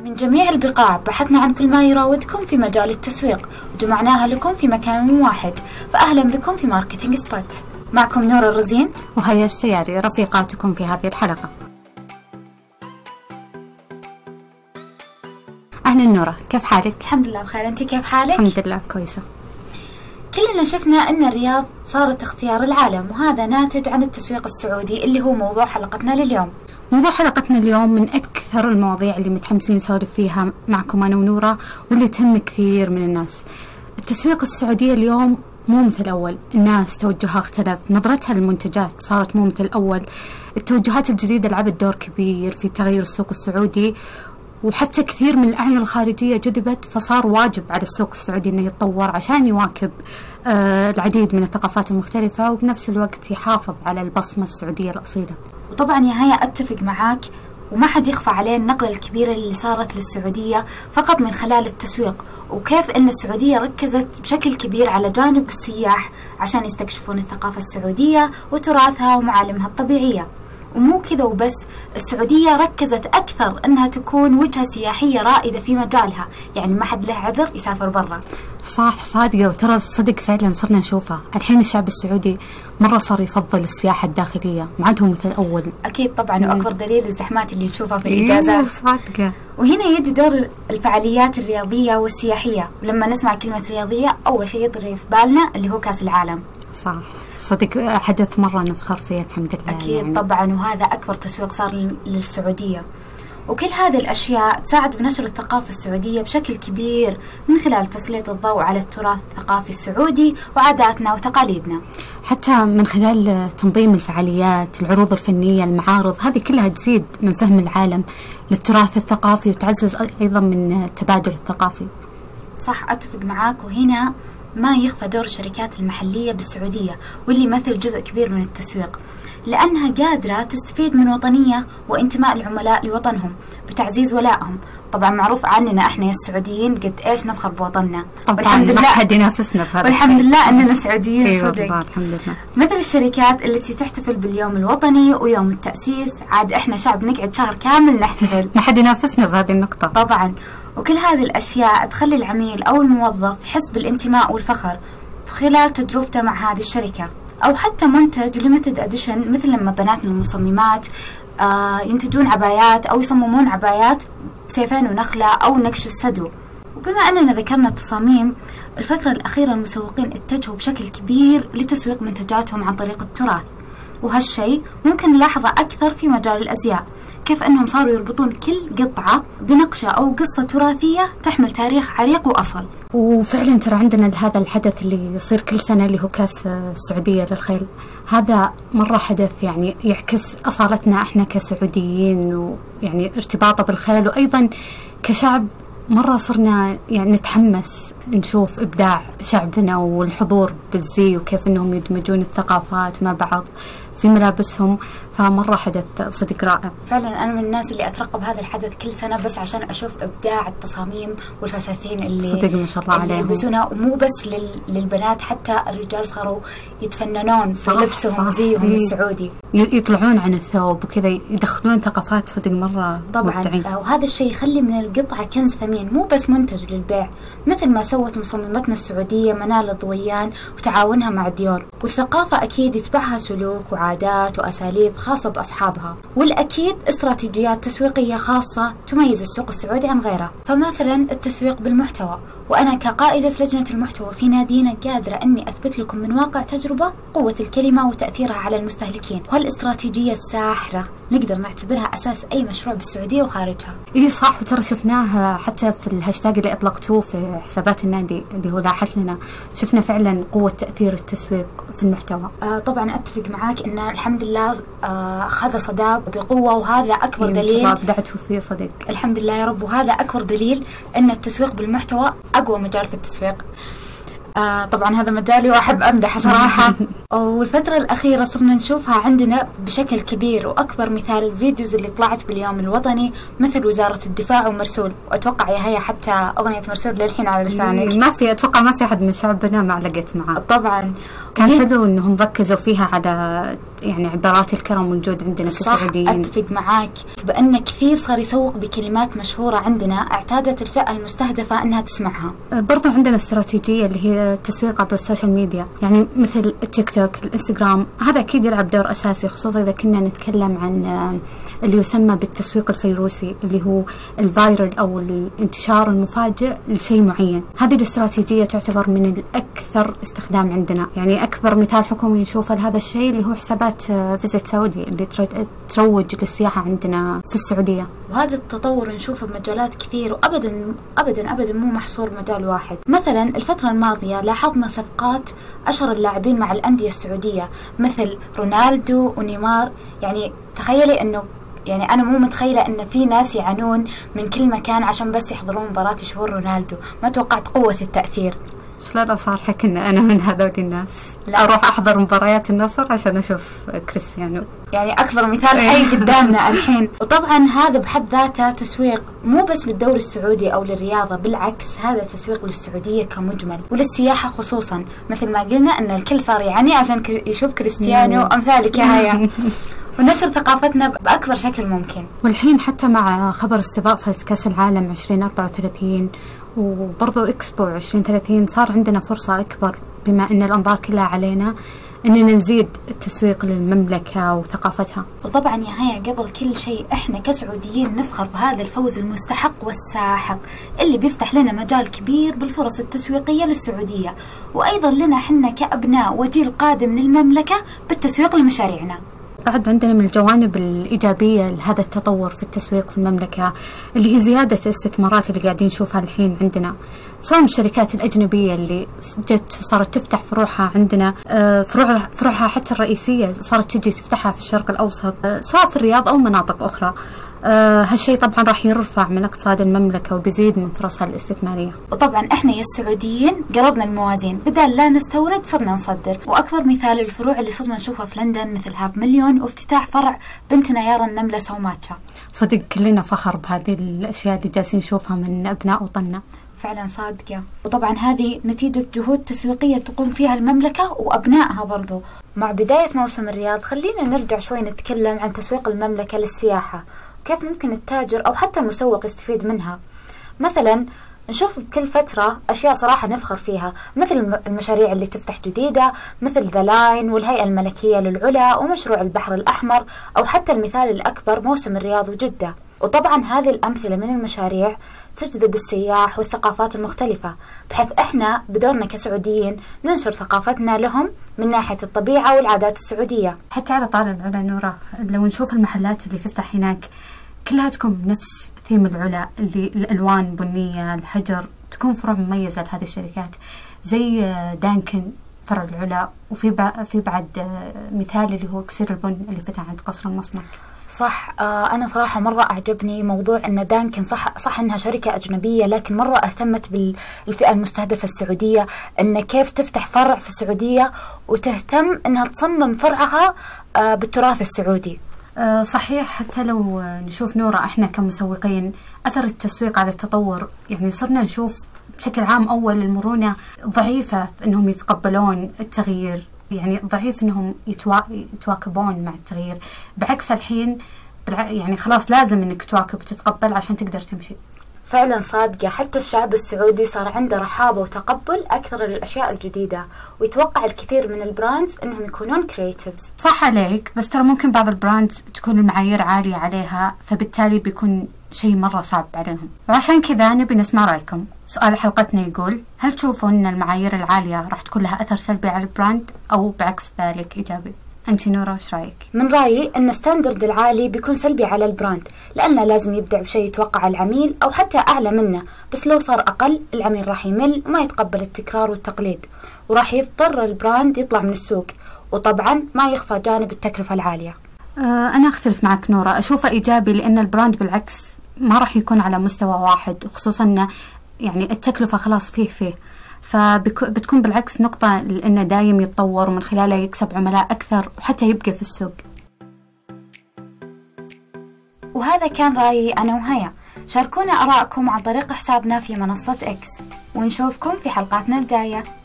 من جميع البقاع بحثنا عن كل ما يراودكم في مجال التسويق وجمعناها لكم في مكان واحد، فأهلا بكم في ماركتينج سبوت. معكم نورة الرزين وهيا السياري رفيقاتكم في هذه الحلقة. أهلا نورة، كيف حالك؟ الحمد لله بخير، أنت كيف حالك؟ الحمد لله كويسة. كلنا شفنا أن الرياض صارت اختيار العالم، وهذا ناتج عن التسويق السعودي اللي هو موضوع حلقتنا لليوم. موضوع حلقتنا اليوم من أكثر المواضيع اللي متحمسين نسولف فيها معكم أنا ونورة، واللي تهم كثير من الناس. التسويق السعودية اليوم مو مثل أول، الناس توجهها اختلف، نظرتها للمنتجات صارت مو مثل أول، التوجهات الجديدة لعبت دور كبير في تغيير السوق السعودي، وحتى كثير من الأعين الخارجية جذبت، فصار واجب على السوق السعودي أنه يتطور عشان يواكب العديد من الثقافات المختلفة، وبنفس الوقت يحافظ على البصمة السعودية الأصيلة. وطبعا يا هيا أتفق معاك، وما حد يخفى عليه النقلة الكبيرة اللي صارت للسعودية فقط من خلال التسويق، وكيف أن السعودية ركزت بشكل كبير على جانب السياح عشان يستكشفون الثقافة السعودية وتراثها ومعالمها الطبيعية. ومو كذا وبس، السعودية ركزت أكثر أنها تكون وجهة سياحية رائدة في مجالها، يعني ما حد له عذر يسافر برا. صح، صادقة، وترى الصدق فعلا صرنا نشوفه الحين. الشعب السعودي مرة صار يفضل السياحة الداخلية، ما عاد هو مثل أول. أكيد طبعا، وأكبر دليل الزحمات اللي نشوفها في الإجازات. صادقة. وهنا يجي دور الفعاليات الرياضية والسياحية، ولما نسمع كلمة رياضية أول شيء يضرب في بالنا اللي هو كأس العالم. صح، صدق حدث مرة نفخر فيه الحمد لله. أكيد يعني. طبعا، وهذا أكبر تسويق صار للسعودية، وكل هذه الأشياء تساعد بنشر الثقافة السعودية بشكل كبير من خلال تسليط الضوء على التراث الثقافي السعودي وعاداتنا وتقاليدنا، حتى من خلال تنظيم الفعاليات، العروض الفنية، المعارض، هذه كلها تزيد من فهم العالم للتراث الثقافي وتعزز أيضا من التبادل الثقافي. صح، أتفق معاك. وهنا ما يخفى دور الشركات المحلية بالسعودية، واللي يمثل جزء كبير من التسويق، لأنها قادرة تستفيد من وطنية وانتماء العملاء لوطنهم بتعزيز ولائهم. طبعا معروف عننا احنا السعوديين قد ايش نفخر بوطننا، والحمد لله ما حد ينافسنا بهذا، والحمد لله اننا سعوديين. اي والله الحمد لله. مثل الشركات التي تحتفل باليوم الوطني ويوم التأسيس، عاد احنا شعب نقعد شهر كامل نحتفل، ما حد ينافسنا بهذه النقطة طبعا. وكل هذه الاشياء تخلي العميل او الموظف يحس بالانتماء والفخر خلال تجربته مع هذه الشركة. أو حتى منتج ليميتد اديشن، مثل لما بناتنا المصممات ينتجون عبايات أو يصممون عبايات سيفين ونخلة أو نقش السدو. وبما أننا ذكرنا التصاميم، الفترة الأخيرة المسوقين اتجهوا بشكل كبير لتسويق منتجاتهم عن طريق التراث، وهالشيء ممكن نلاحظه أكثر في مجال الأزياء، كيف أنهم صاروا يربطون كل قطعة بنقشة أو قصة تراثية تحمل تاريخ عريق وأصل. وفعلا ترى عندنا هذا الحدث اللي يصير كل سنة اللي هو كأس السعودية للخيل، هذا مرة حدث يعني يعكس أصالتنا احنا كسعوديين، ويعني ارتباطه بالخيل، وأيضا كشعب مرة صرنا يعني نتحمس نشوف إبداع شعبنا والحضور بالزي، وكيف أنهم يدمجون الثقافات مع بعض في ملابسهم، فمرة حدث صدق رائع. فعلا أنا من الناس اللي أترقب هذا الحدث كل سنة بس عشان أشوف إبداع التصاميم والفساتين اللي صدق ما شاء الله عليهم يلبسونها، ومو بس للبنات، حتى الرجال صاروا يتفننون في لبسهم وزيهم السعودي، يطلعون عن الثوب وكذا، يدخلون ثقافات صدق مرة طبعا مبدعين. وهذا الشيء يخلي من القطعة كنز ثمين، مو بس منتج للبيع، مثل ما سوت مصممتنا السعودية منال الضويان وتعاونها مع ديور. والثقافة أكيد يتبعها سلوك وعادات وأساليب خاصة بأصحابها، والأكيد استراتيجيات تسويقية خاصة تميز السوق السعودي عن غيره. فمثلا التسويق بالمحتوى، وأنا كقائدة لجنة المحتوى في نادينا قادرة أني أثبت لكم من واقع تجربة قوة الكلمة وتأثيرها على المستهلكين، وهالاستراتيجية الساحرة نقدر نعتبرها أساس أي مشروع بالسعودية وخارجها. إيه صح، وترى شفناها حتى في الهاشتاج اللي أطلقتوه في حسابات النادي اللي هو لاحت لنا، شفنا فعلا قوة تأثير التسويق في المحتوى. طبعا أتفق معاك إن الحمد لله أخذ صدى بقوة، وهذا أكبر دليل أبدعته فيه صدق. الحمد لله يا رب، وهذا أكبر دليل أن التسويق بالمحتوى أقوى مجال في التسويق. طبعا هذا مجالي وأحب أمدح صراحة. والفترة الأخيرة صرنا نشوفها عندنا بشكل كبير، وأكبر مثال الفيديوز اللي طلعت باليوم الوطني مثل وزارة الدفاع ومرسول. وأتوقع يا هي حتى أغنية مرسول للحين على لسانك. أتوقع ما في أحد من شعبنا ما علقت معه. طبعا كان حلو إنهم ركزوا فيها على يعني عبارات الكرم والجود عندنا كسعوديين. أتفق معاك بأن كثير صار يسوق بكلمات مشهورة عندنا اعتادت الفئة المستهدفة أنها تسمعها. برضو عندنا استراتيجية اللي هي التسويق عبر السوشيال ميديا، يعني مثل التيك توك، الانستغرام، هذا أكيد يلعب دور أساسي، خصوصا إذا كنا نتكلم عن اللي يسمى بالتسويق الفيروسي اللي هو الفايرل أو الانتشار المفاجئ لشيء معين. هذه الاستراتيجية تعتبر من الأكثر استخدام عندنا. يعني أكبر مثال حكومي نشوفه لهذا الشيء اللي هو حسابات فيزيت سعودي اللي تروج للسياحة عندنا في السعودية. وهذا التطور نشوفه بمجالات كثير، وأبدا أبدا أبدا مو محصور مجال واحد. مثلا الفترة الماضية لاحظنا صفقات أشهر اللاعبين مع الأندية السعودية مثل رونالدو ونيمار. يعني تخيلي أنه يعني أنا مو متخيلة أن في ناس يعانون من كل مكان عشان بس يحضرون مباراة شهور رونالدو. ما توقعت قوة التأثير. شلون أصارحك أن أنا من هذول الناس؟ لا. أروح أحضر مباريات النصر عشان أشوف كريستيانو. يعني أكبر مثال حي قدامنا الحين. وطبعا هذا بحد ذاته تسويق مو بس للدوري السعودي أو للرياضة، بالعكس هذا تسويق للسعودية كمجمل وللسياحة خصوصا، مثل ما قلنا أن الكل صار يعني عشان يشوف كريستيانو أمثالك هيا ونشر ثقافتنا بأكبر شكل ممكن. والحين حتى مع خبر استضافة كأس العالم 2034 وبرضو إكسبو 2030 صار عندنا فرصة أكبر بما أن الأنظار كلها علينا أننا نزيد التسويق للمملكة وثقافتها. وطبعا يا هيا قبل كل شيء إحنا كسعوديين نفخر بهذا الفوز المستحق والساحق اللي بيفتح لنا مجال كبير بالفرص التسويقية للسعودية، وأيضا لنا حنا كأبناء وجيل قادم للمملكة بالتسويق لمشاريعنا. بعد عندنا من الجوانب الإيجابية لهذا التطور في التسويق في المملكة اللي هي زيادة الاستثمارات اللي قاعدين نشوفها الحين عندنا، سواء الشركات الأجنبية اللي جت صارت تفتح فروعها عندنا، فروعها حتى الرئيسية صارت تجي تفتحها في الشرق الأوسط سواء في الرياض أو مناطق أخرى. هالشيء طبعا راح يرفع من اقتصاد المملكة وبيزيد من فرصها الاستثمارية. وطبعا احنا يا السعوديين قربنا الموازين، بدل لا نستورد صرنا نصدر. واكبر مثال الفروع اللي صرنا نشوفها في لندن مثل هاف مليون وافتتاح فرع بنتنا يارا النملة سوماتشا. صدق كلنا فخر بهذه الاشياء اللي جالسين نشوفها من ابناء وطننا. فعلا صادقة. وطبعا هذه نتيجة جهود تسويقية تقوم فيها المملكة وأبنائها برضو. مع بداية موسم الرياض خلينا نرجع شوي نتكلم عن تسويق المملكة للسياحة، كيف ممكن التاجر أو حتى المسوق يستفيد منها. مثلا نشوف بكل فترة أشياء صراحة نفخر فيها، مثل المشاريع اللي تفتح جديدة مثل ذا لاين والهيئة الملكية للعلا ومشروع البحر الأحمر، أو حتى المثال الأكبر موسم الرياض وجدة. وطبعا هذه الأمثلة من المشاريع تجذب السياح والثقافات المختلفة، بحيث إحنا بدورنا كسعوديين ننشر ثقافتنا لهم من ناحية الطبيعة والعادات السعودية. حتى على طاري العلا نورة، لو نشوف المحلات اللي تفتح هناك كلها تكون بنفس ثيم العلا، اللي الألوان بنية، الحجر، تكون فروع مميزة لهذه الشركات زي دانكن فرع العلا، وفي بعد مثال اللي هو كسير البن اللي فتح عند قصر المصنع. صح. أنا صراحة مرة أعجبني موضوع أن دانكن صح أنها شركة أجنبية، لكن مرة اهتمت بالفئة المستهدفة السعودية، أن كيف تفتح فرع في السعودية وتهتم أنها تصمم فرعها بالتراث السعودي. صحيح. حتى لو نشوف نورة احنا كمسوقين أثر التسويق على التطور، يعني صرنا نشوف بشكل عام أول المرونة ضعيفة أنهم يتقبلون التغيير، يعني ضعيف أنهم يتواكبون مع التغيير، بعكس الحين يعني خلاص لازم أنك تواكب وتتقبل عشان تقدر تمشي. فعلا صادقة. حتى الشعب السعودي صار عنده رحابة وتقبل أكثر للأشياء الجديدة، ويتوقع الكثير من البراندز أنهم يكونون كرياتيفز. صح عليك، بس ترى ممكن بعض البراندز تكون المعايير عالية عليها، فبالتالي بيكون شيء مرة صعب عليهم. وعشان كذا نبي نسمع رأيكم. سؤال حلقتنا يقول: هل تشوفون أن المعايير العالية راح تكون لها أثر سلبي على البراند أو بعكس ذلك إيجابي؟ أنت نورة وش رأيك؟ من رأيي أن الستاندرد العالي بيكون سلبي على البراند، لأنه لازم يبدع بشيء يتوقع العميل أو حتى أعلى منه، بس لو صار أقل العميل راح يمل وما يتقبل التكرار والتقليد، وراح يضطر البراند يطلع من السوق. وطبعا ما يخفى جانب التكلفة العالية. أنا أختلف معك نورة، أشوفه إيجابي، لأن البراند بالعكس ما راح يكون على مستوى واحد، خصوصا أن يعني التكلفة خلاص فيه فبتكون بالعكس نقطة لأنه دايم يتطور ومن خلاله يكسب عملاء أكثر وحتى يبقى في السوق. وهذا كان رأيي أنا وهيا. شاركونا آراءكم عن طريق حسابنا في منصة إكس، ونشوفكم في حلقاتنا الجاية.